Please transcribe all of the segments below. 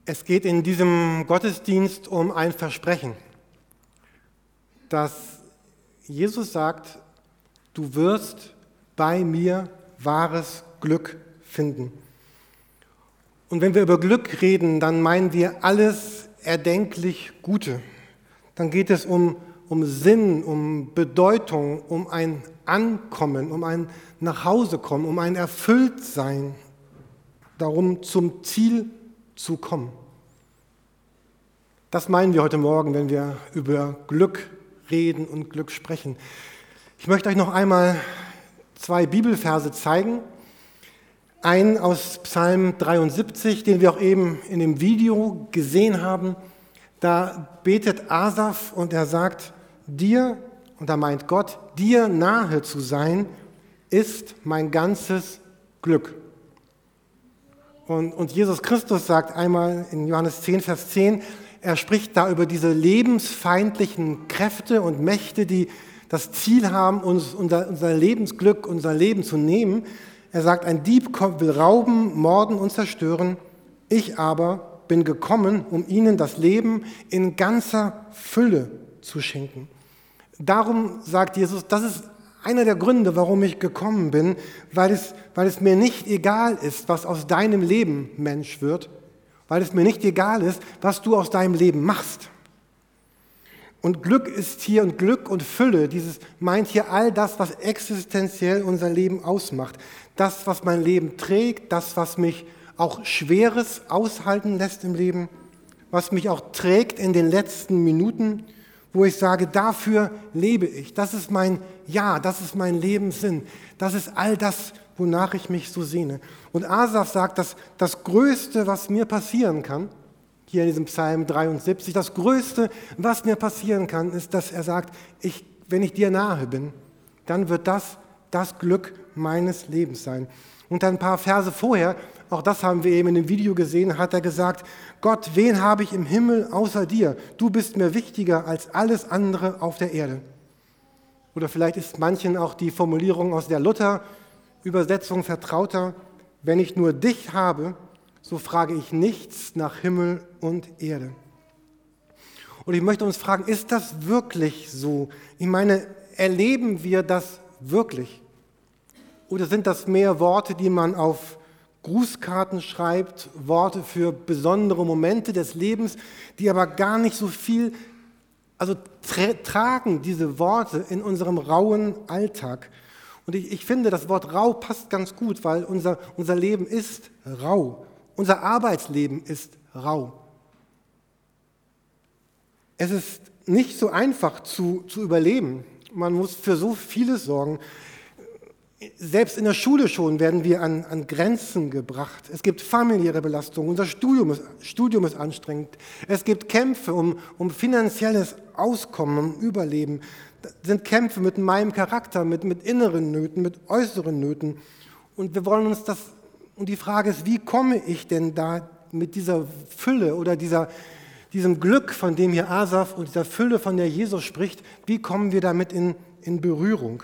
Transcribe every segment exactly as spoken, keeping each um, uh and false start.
Es geht in diesem Gottesdienst um ein Versprechen, dass Jesus sagt, du wirst bei mir wahres Glück finden. Und wenn wir über Glück reden, dann meinen wir alles erdenklich Gute. Dann geht es um, um Sinn, um Bedeutung, um ein Ankommen, um ein Nachhausekommen, um ein Erfülltsein, darum zum Ziel zu kommen. Das meinen wir heute Morgen, wenn wir über Glück reden und Glück sprechen. Ich möchte euch noch einmal zwei Bibelverse zeigen. Einen aus Psalm dreiundsiebzig, den wir auch eben in dem Video gesehen haben. Da betet Asaf und er sagt, dir, und da meint Gott, dir nahe zu sein, ist mein ganzes Glück. Und, und Jesus Christus sagt einmal in Johannes zehn, Vers zehn, er spricht da über diese lebensfeindlichen Kräfte und Mächte, die das Ziel haben, uns unser, unser Lebensglück, unser Leben zu nehmen. Er sagt, ein Dieb kommt, will rauben, morden und zerstören. Ich aber bin gekommen, um ihnen das Leben in ganzer Fülle zu schenken. Darum sagt Jesus, das ist einer der Gründe, warum ich gekommen bin, weil es, weil es mir nicht egal ist, was aus deinem Leben Mensch wird, weil es mir nicht egal ist, was du aus deinem Leben machst. Und Glück ist hier, und Glück und Fülle, dieses meint hier all das, was existenziell unser Leben ausmacht. Das, was mein Leben trägt, das, was mich auch Schweres aushalten lässt im Leben, was mich auch trägt in den letzten Minuten, wo ich sage, dafür lebe ich. Das ist mein Ja, das ist mein Lebenssinn. Das ist all das, wonach ich mich so sehne. Und Asaf sagt, dass das Größte, was mir passieren kann, hier in diesem Psalm dreiundsiebzig, das Größte, was mir passieren kann, ist, dass er sagt, ich, wenn ich dir nahe bin, dann wird das das Glück meines Lebens sein. Und dann ein paar Verse vorher, auch das haben wir eben in dem Video gesehen, hat er gesagt, Gott, wen habe ich im Himmel außer dir? Du bist mir wichtiger als alles andere auf der Erde. Oder vielleicht ist manchen auch die Formulierung aus der Luther-Übersetzung vertrauter, wenn ich nur dich habe, so frage ich nichts nach Himmel und Erde. Und ich möchte uns fragen, ist das wirklich so? Ich meine, erleben wir das wirklich? Oder sind das mehr Worte, die man auf Grußkarten schreibt, Worte für besondere Momente des Lebens, die aber gar nicht so viel, also tra- tragen diese Worte in unserem rauen Alltag. Und ich, ich finde, das Wort rau passt ganz gut, weil unser, unser Leben ist rau. Unser Arbeitsleben ist rau. Es ist nicht so einfach zu, zu überleben. Man muss für so vieles sorgen. Selbst in der Schule schon werden wir an, an Grenzen gebracht. Es gibt familiäre Belastungen, unser Studium ist, Studium ist anstrengend. Es gibt Kämpfe um, um finanzielles Auskommen, um Überleben. Das sind Kämpfe mit meinem Charakter, mit, mit inneren Nöten, mit äußeren Nöten. Und wir wollen uns das, und die Frage ist, wie komme ich denn da mit dieser Fülle oder dieser, diesem Glück, von dem hier Asaf und dieser Fülle, von der Jesus spricht, wie kommen wir damit in, in Berührung?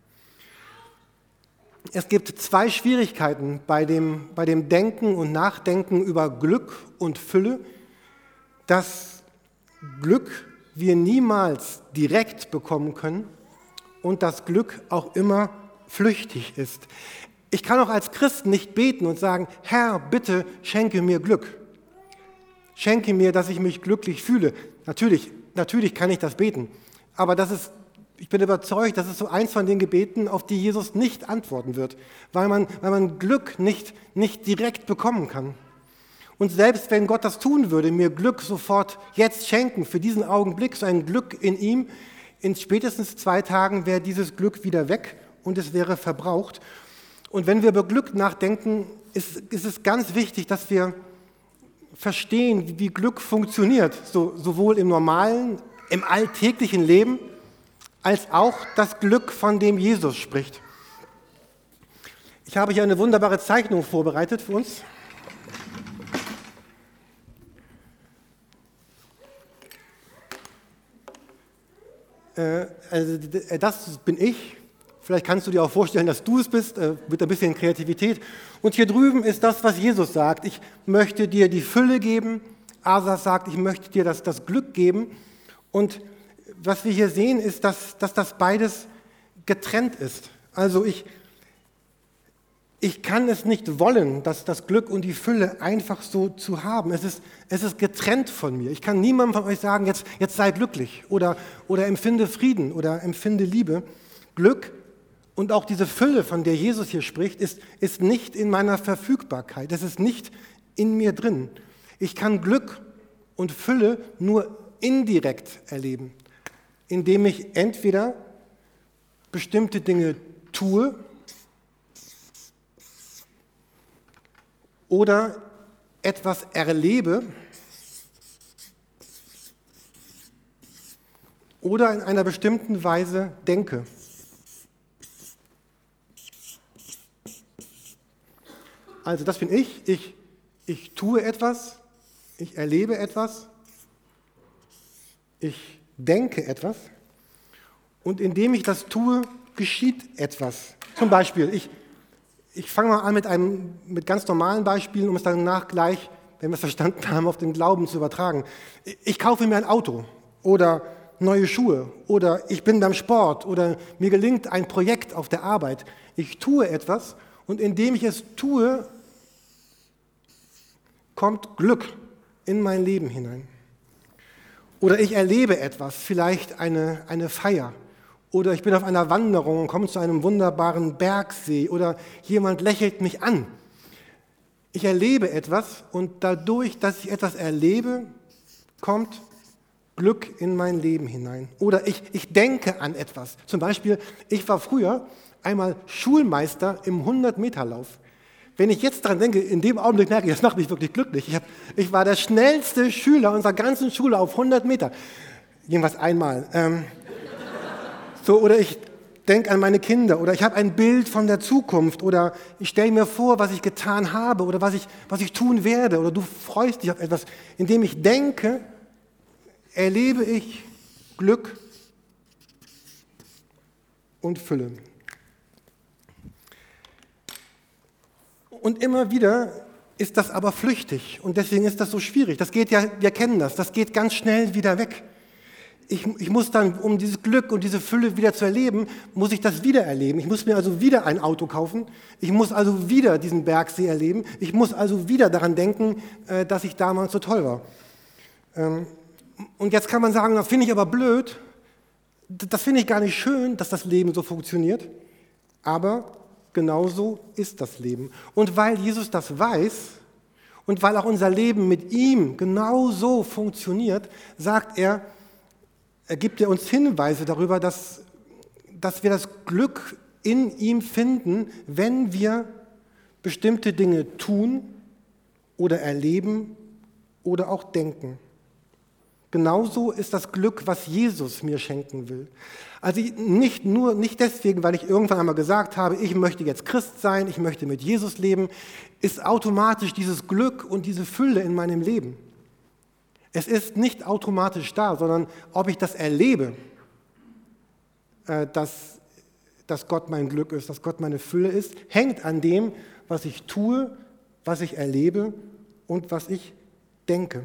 Es gibt zwei Schwierigkeiten bei dem, bei dem Denken und Nachdenken über Glück und Fülle. Das Glück wir niemals direkt bekommen können und das Glück auch immer flüchtig ist. Ich kann auch als Christ nicht beten und sagen, Herr, bitte schenke mir Glück. Schenke mir, dass ich mich glücklich fühle. Natürlich, natürlich kann ich das beten, aber das ist Ich bin überzeugt, das ist so eins von den Gebeten, auf die Jesus nicht antworten wird, weil man, weil man Glück nicht, nicht direkt bekommen kann. Und selbst wenn Gott das tun würde, mir Glück sofort jetzt schenken, für diesen Augenblick, so ein Glück in ihm, in spätestens zwei Tagen wäre dieses Glück wieder weg und es wäre verbraucht. Und wenn wir über Glück nachdenken, ist, ist es ganz wichtig, dass wir verstehen, wie Glück funktioniert, so, sowohl im normalen, im alltäglichen Leben, als auch das Glück, von dem Jesus spricht. Ich habe hier eine wunderbare Zeichnung vorbereitet für uns. Äh, also das bin ich Vielleicht kannst du dir auch vorstellen, dass du es bist, äh, mit ein bisschen Kreativität. Und hier drüben ist das, was Jesus sagt. Ich möchte dir die Fülle geben. Asaf sagt, ich möchte dir das, das Glück geben. Und was wir hier sehen, ist, dass, dass das beides getrennt ist. Also ich, ich kann es nicht wollen, dass das Glück und die Fülle einfach so zu haben. Es ist, es ist getrennt von mir. Ich kann niemandem von euch sagen, jetzt, jetzt sei glücklich oder, oder empfinde Frieden oder empfinde Liebe. Glück und auch diese Fülle, von der Jesus hier spricht, ist, ist nicht in meiner Verfügbarkeit. Es ist nicht in mir drin. Ich kann Glück und Fülle nur indirekt erleben, indem ich entweder bestimmte Dinge tue oder etwas erlebe oder in einer bestimmten Weise denke. Also das bin ich. ich. Ich tue etwas, ich erlebe etwas, ich denke etwas und indem ich das tue, geschieht etwas. Zum Beispiel, ich, ich fange mal an mit, einem, mit ganz normalen Beispielen, um es danach gleich, wenn wir es verstanden haben, auf den Glauben zu übertragen. Ich kaufe mir ein Auto oder neue Schuhe oder ich bin beim Sport oder mir gelingt ein Projekt auf der Arbeit. Ich tue etwas und indem ich es tue, kommt Glück in mein Leben hinein. Oder ich erlebe etwas, vielleicht eine, eine Feier. Oder ich bin auf einer Wanderung und komme zu einem wunderbaren Bergsee. Oder jemand lächelt mich an. Ich erlebe etwas und dadurch, dass ich etwas erlebe, kommt Glück in mein Leben hinein. Oder ich, ich denke an etwas. Zum Beispiel, ich war früher einmal Schulmeister im hundert-Meter-Lauf. Wenn ich jetzt daran denke, in dem Augenblick merke ich, das macht mich wirklich glücklich. Ich, hab, ich war der schnellste Schüler unserer ganzen Schule auf hundert Meter. Jedenfalls einmal. Ähm, so, oder ich denke an meine Kinder oder ich habe ein Bild von der Zukunft oder ich stelle mir vor, was ich getan habe oder was ich, was ich tun werde oder du freust dich auf etwas. Indem ich denke, erlebe ich Glück und Fülle. Und immer wieder ist das aber flüchtig und deswegen ist das so schwierig. Das geht ja, wir kennen das, das geht ganz schnell wieder weg. Ich, ich muss dann, um dieses Glück und diese Fülle wieder zu erleben, muss ich das wieder erleben. Ich muss mir also wieder ein Auto kaufen. Ich muss also wieder diesen Bergsee erleben. Ich muss also wieder daran denken, dass ich damals so toll war. Und jetzt kann man sagen, das finde ich aber blöd. Das finde ich gar nicht schön, dass das Leben so funktioniert. Aber genauso ist das Leben. Und weil Jesus das weiß und weil auch unser Leben mit ihm genauso funktioniert, sagt er, er gibt er uns Hinweise darüber, dass, dass wir das Glück in ihm finden, wenn wir bestimmte Dinge tun oder erleben oder auch denken. Genauso ist das Glück, was Jesus mir schenken will. Also nicht nur, nicht deswegen, weil ich irgendwann einmal gesagt habe, ich möchte jetzt Christ sein, ich möchte mit Jesus leben, ist automatisch dieses Glück und diese Fülle in meinem Leben. Es ist nicht automatisch da, sondern ob ich das erlebe, dass, dass Gott mein Glück ist, dass Gott meine Fülle ist, hängt an dem, was ich tue, was ich erlebe und was ich denke.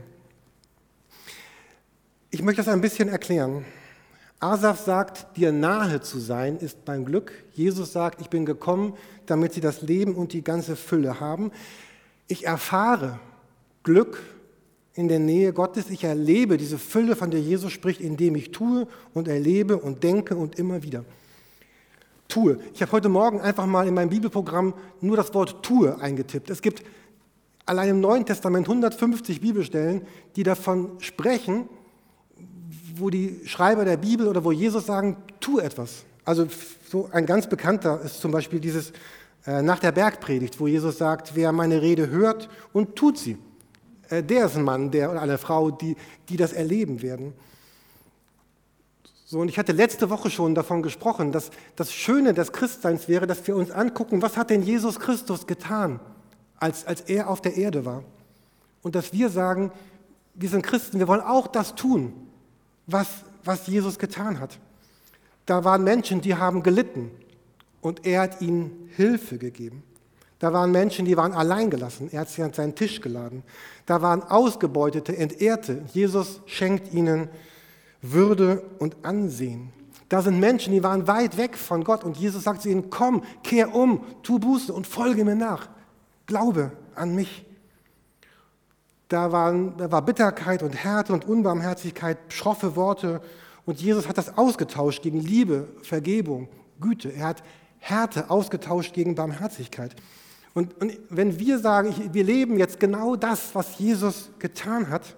Ich möchte das ein bisschen erklären. Asaf sagt, dir nahe zu sein ist mein Glück. Jesus sagt, ich bin gekommen, damit sie das Leben und die ganze Fülle haben. Ich erfahre Glück in der Nähe Gottes. Ich erlebe diese Fülle, von der Jesus spricht, indem ich tue und erlebe und denke und immer wieder. Tue. Ich habe heute Morgen einfach mal in meinem Bibelprogramm nur das Wort tue eingetippt. Es gibt allein im Neuen Testament hundertfünfzig Bibelstellen, die davon sprechen, wo die Schreiber der Bibel oder wo Jesus sagen, tu etwas. Also so ein ganz bekannter ist zum Beispiel dieses äh, nach der Bergpredigt, wo Jesus sagt, wer meine Rede hört und tut sie, äh, der ist ein Mann der, oder eine Frau, die, die das erleben werden. So, und ich hatte letzte Woche schon davon gesprochen, dass das Schöne des Christseins wäre, dass wir uns angucken, was hat denn Jesus Christus getan, als, als er auf der Erde war. Und dass wir sagen, wir sind Christen, wir wollen auch das tun, Was, was Jesus getan hat. Da waren Menschen, die haben gelitten, und er hat ihnen Hilfe gegeben. Da waren Menschen, die waren alleingelassen. Er hat sie an seinen Tisch geladen. Da waren Ausgebeutete, Entehrte. Jesus schenkt ihnen Würde und Ansehen. Da sind Menschen, die waren weit weg von Gott und Jesus sagt zu ihnen, komm, kehr um, tu Buße und folge mir nach. Glaube an mich. Da, waren, da war Bitterkeit und Härte und Unbarmherzigkeit, schroffe Worte und Jesus hat das ausgetauscht gegen Liebe, Vergebung, Güte. Er hat Härte ausgetauscht gegen Barmherzigkeit. Und, und wenn wir sagen, ich, wir leben jetzt genau das, was Jesus getan hat,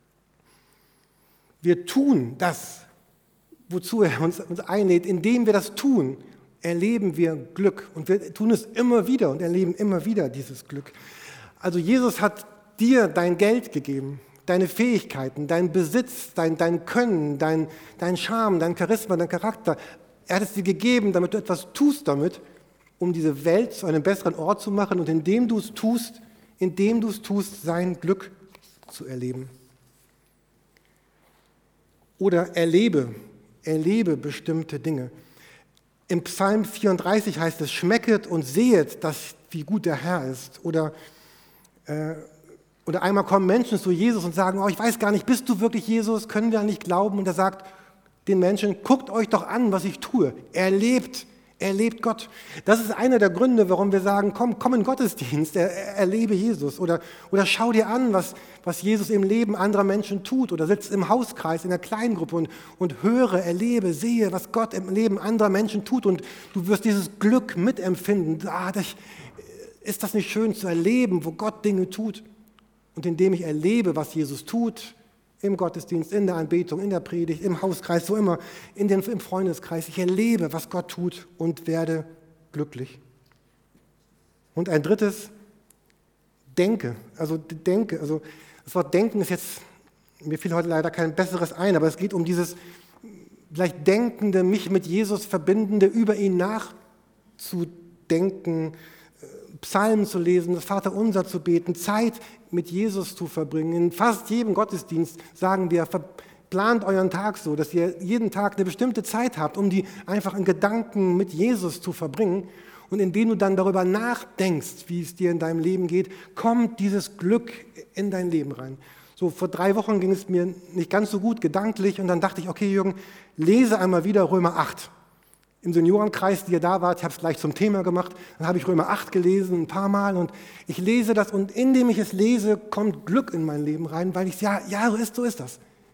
wir tun das, wozu er uns, uns einlädt, indem wir das tun, erleben wir Glück. Und wir tun es immer wieder und erleben immer wieder dieses Glück. Also Jesus hat dir dein Geld gegeben, deine Fähigkeiten, dein Besitz, dein, dein Können, dein, dein Charme, dein Charisma, dein Charakter. Er hat es dir gegeben, damit du etwas tust damit, um diese Welt zu einem besseren Ort zu machen und indem du es tust, indem du es tust, sein Glück zu erleben. Oder erlebe, erlebe bestimmte Dinge. Im Psalm vierunddreißig heißt es, schmecket und sehet, dass, wie gut der Herr ist. Oder, äh, oder einmal kommen Menschen zu Jesus und sagen, oh, ich weiß gar nicht, bist du wirklich Jesus? Können wir an dich glauben? Und er sagt den Menschen, guckt euch doch an, was ich tue. Er lebt. Er lebt Gott. Das ist einer der Gründe, warum wir sagen, komm, komm in den Gottesdienst, er, er, erlebe Jesus. Oder, oder schau dir an, was, was Jesus im Leben anderer Menschen tut. Oder sitz im Hauskreis, in der Kleingruppe und, und höre, erlebe, sehe, was Gott im Leben anderer Menschen tut. Und du wirst dieses Glück mitempfinden. Ah, das, ist das nicht schön zu erleben, wo Gott Dinge tut? Und indem ich erlebe, was Jesus tut, im Gottesdienst, in der Anbetung, in der Predigt, im Hauskreis, so immer, in den, im Freundeskreis. Ich erlebe, was Gott tut und werde glücklich. Und ein drittes, denke. Also denke. Also das Wort denken ist jetzt, mir fiel heute leider kein besseres ein, aber es geht um dieses vielleicht denkende, mich mit Jesus verbindende, über ihn nachzudenken, Psalmen zu lesen, das Vaterunser zu beten, Zeit mit Jesus zu verbringen. In fast jedem Gottesdienst sagen wir, plant euren Tag so, dass ihr jeden Tag eine bestimmte Zeit habt, um die einfach in Gedanken mit Jesus zu verbringen. Und indem du dann darüber nachdenkst, wie es dir in deinem Leben geht, kommt dieses Glück in dein Leben rein. So, vor drei Wochen ging es mir nicht ganz so gut gedanklich und dann dachte ich, okay Jürgen, lese einmal wieder Römer acht. Im Seniorenkreis, die ihr da wart, ich habe es gleich zum Thema gemacht, dann habe ich Römer acht gelesen, ein paar Mal und ich lese das und indem ich es lese, kommt Glück in mein Leben rein, weil ich ja, ja, so ist, so ist das.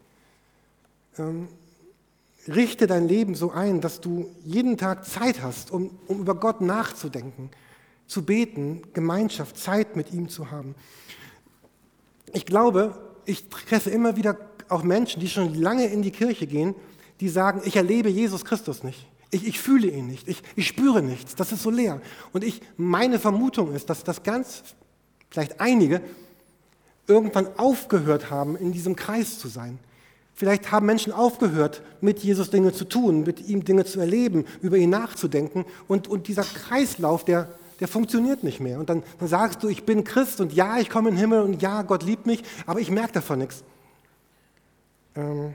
Ähm, richte dein Leben so ein, dass du jeden Tag Zeit hast, um, um über Gott nachzudenken, zu beten, Gemeinschaft, Zeit mit ihm zu haben. Ich glaube, ich treffe immer wieder auch Menschen, die schon lange in die Kirche gehen, die sagen, ich erlebe Jesus Christus nicht. Ich, ich fühle ihn nicht, ich, ich spüre nichts, das ist so leer. Und ich, meine Vermutung ist, dass das ganz, vielleicht einige, irgendwann aufgehört haben, in diesem Kreis zu sein. Vielleicht haben Menschen aufgehört, mit Jesus Dinge zu tun, mit ihm Dinge zu erleben, über ihn nachzudenken. Und, und dieser Kreislauf, der, der funktioniert nicht mehr. Und dann, dann sagst du, ich bin Christ und ja, ich komme in den Himmel und ja, Gott liebt mich, aber ich merke davon nichts. Ähm,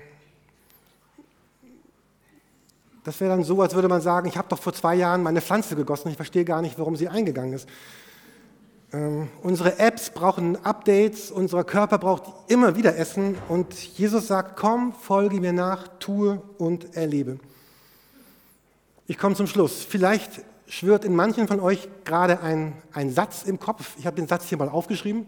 Das wäre dann so, als würde man sagen, ich habe doch vor zwei Jahren meine Pflanze gegossen, ich verstehe gar nicht, warum sie eingegangen ist. Ähm, unsere Apps brauchen Updates, unser Körper braucht immer wieder Essen und Jesus sagt, komm, folge mir nach, tue und erlebe. Ich komme zum Schluss. Vielleicht schwirrt in manchen von euch gerade ein, ein Satz im Kopf. Ich habe den Satz hier mal aufgeschrieben.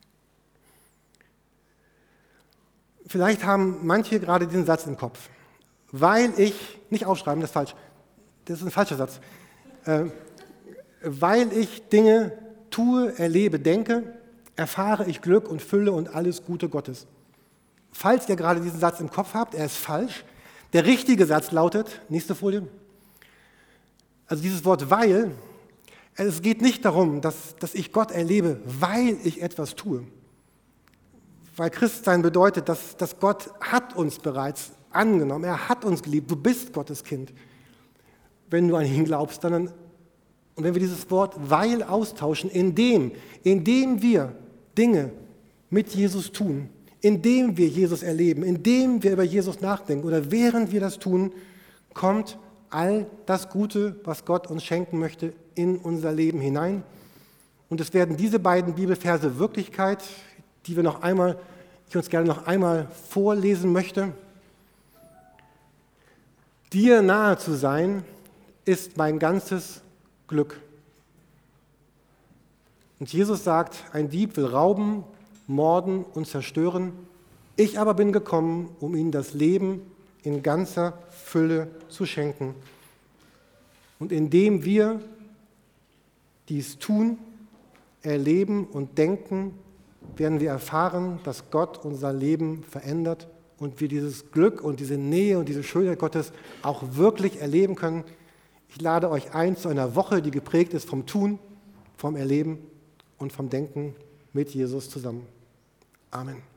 Vielleicht haben manche gerade diesen Satz im Kopf. Weil ich, nicht aufschreiben, das ist falsch, das ist ein falscher Satz, äh, weil ich Dinge tue, erlebe, denke, erfahre ich Glück und Fülle und alles Gute Gottes. Falls ihr gerade diesen Satz im Kopf habt, er ist falsch. Der richtige Satz lautet, nächste Folie, also dieses Wort weil, es geht nicht darum, dass, dass ich Gott erlebe, weil ich etwas tue. Weil Christsein bedeutet, dass, dass Gott hat uns bereits angenommen, er hat uns geliebt, du bist Gottes Kind, wenn du an ihn glaubst. Dann, und wenn wir dieses Wort weil austauschen, indem, indem wir Dinge mit Jesus tun, indem wir Jesus erleben, indem wir über Jesus nachdenken oder während wir das tun, kommt all das Gute, was Gott uns schenken möchte, in unser Leben hinein. Und es werden diese beiden Bibelverse Wirklichkeit, die wir noch einmal, ich uns gerne noch einmal vorlesen möchte. Dir nahe zu sein, ist mein ganzes Glück. Und Jesus sagt, ein Dieb will rauben, morden und zerstören. Ich aber bin gekommen, um ihnen das Leben in ganzer Fülle zu schenken. Und indem wir dies tun, erleben und denken, werden wir erfahren, dass Gott unser Leben verändert und wir dieses Glück und diese Nähe und diese Schönheit Gottes auch wirklich erleben können. Ich lade euch ein zu einer Woche, die geprägt ist vom Tun, vom Erleben und vom Denken mit Jesus zusammen. Amen.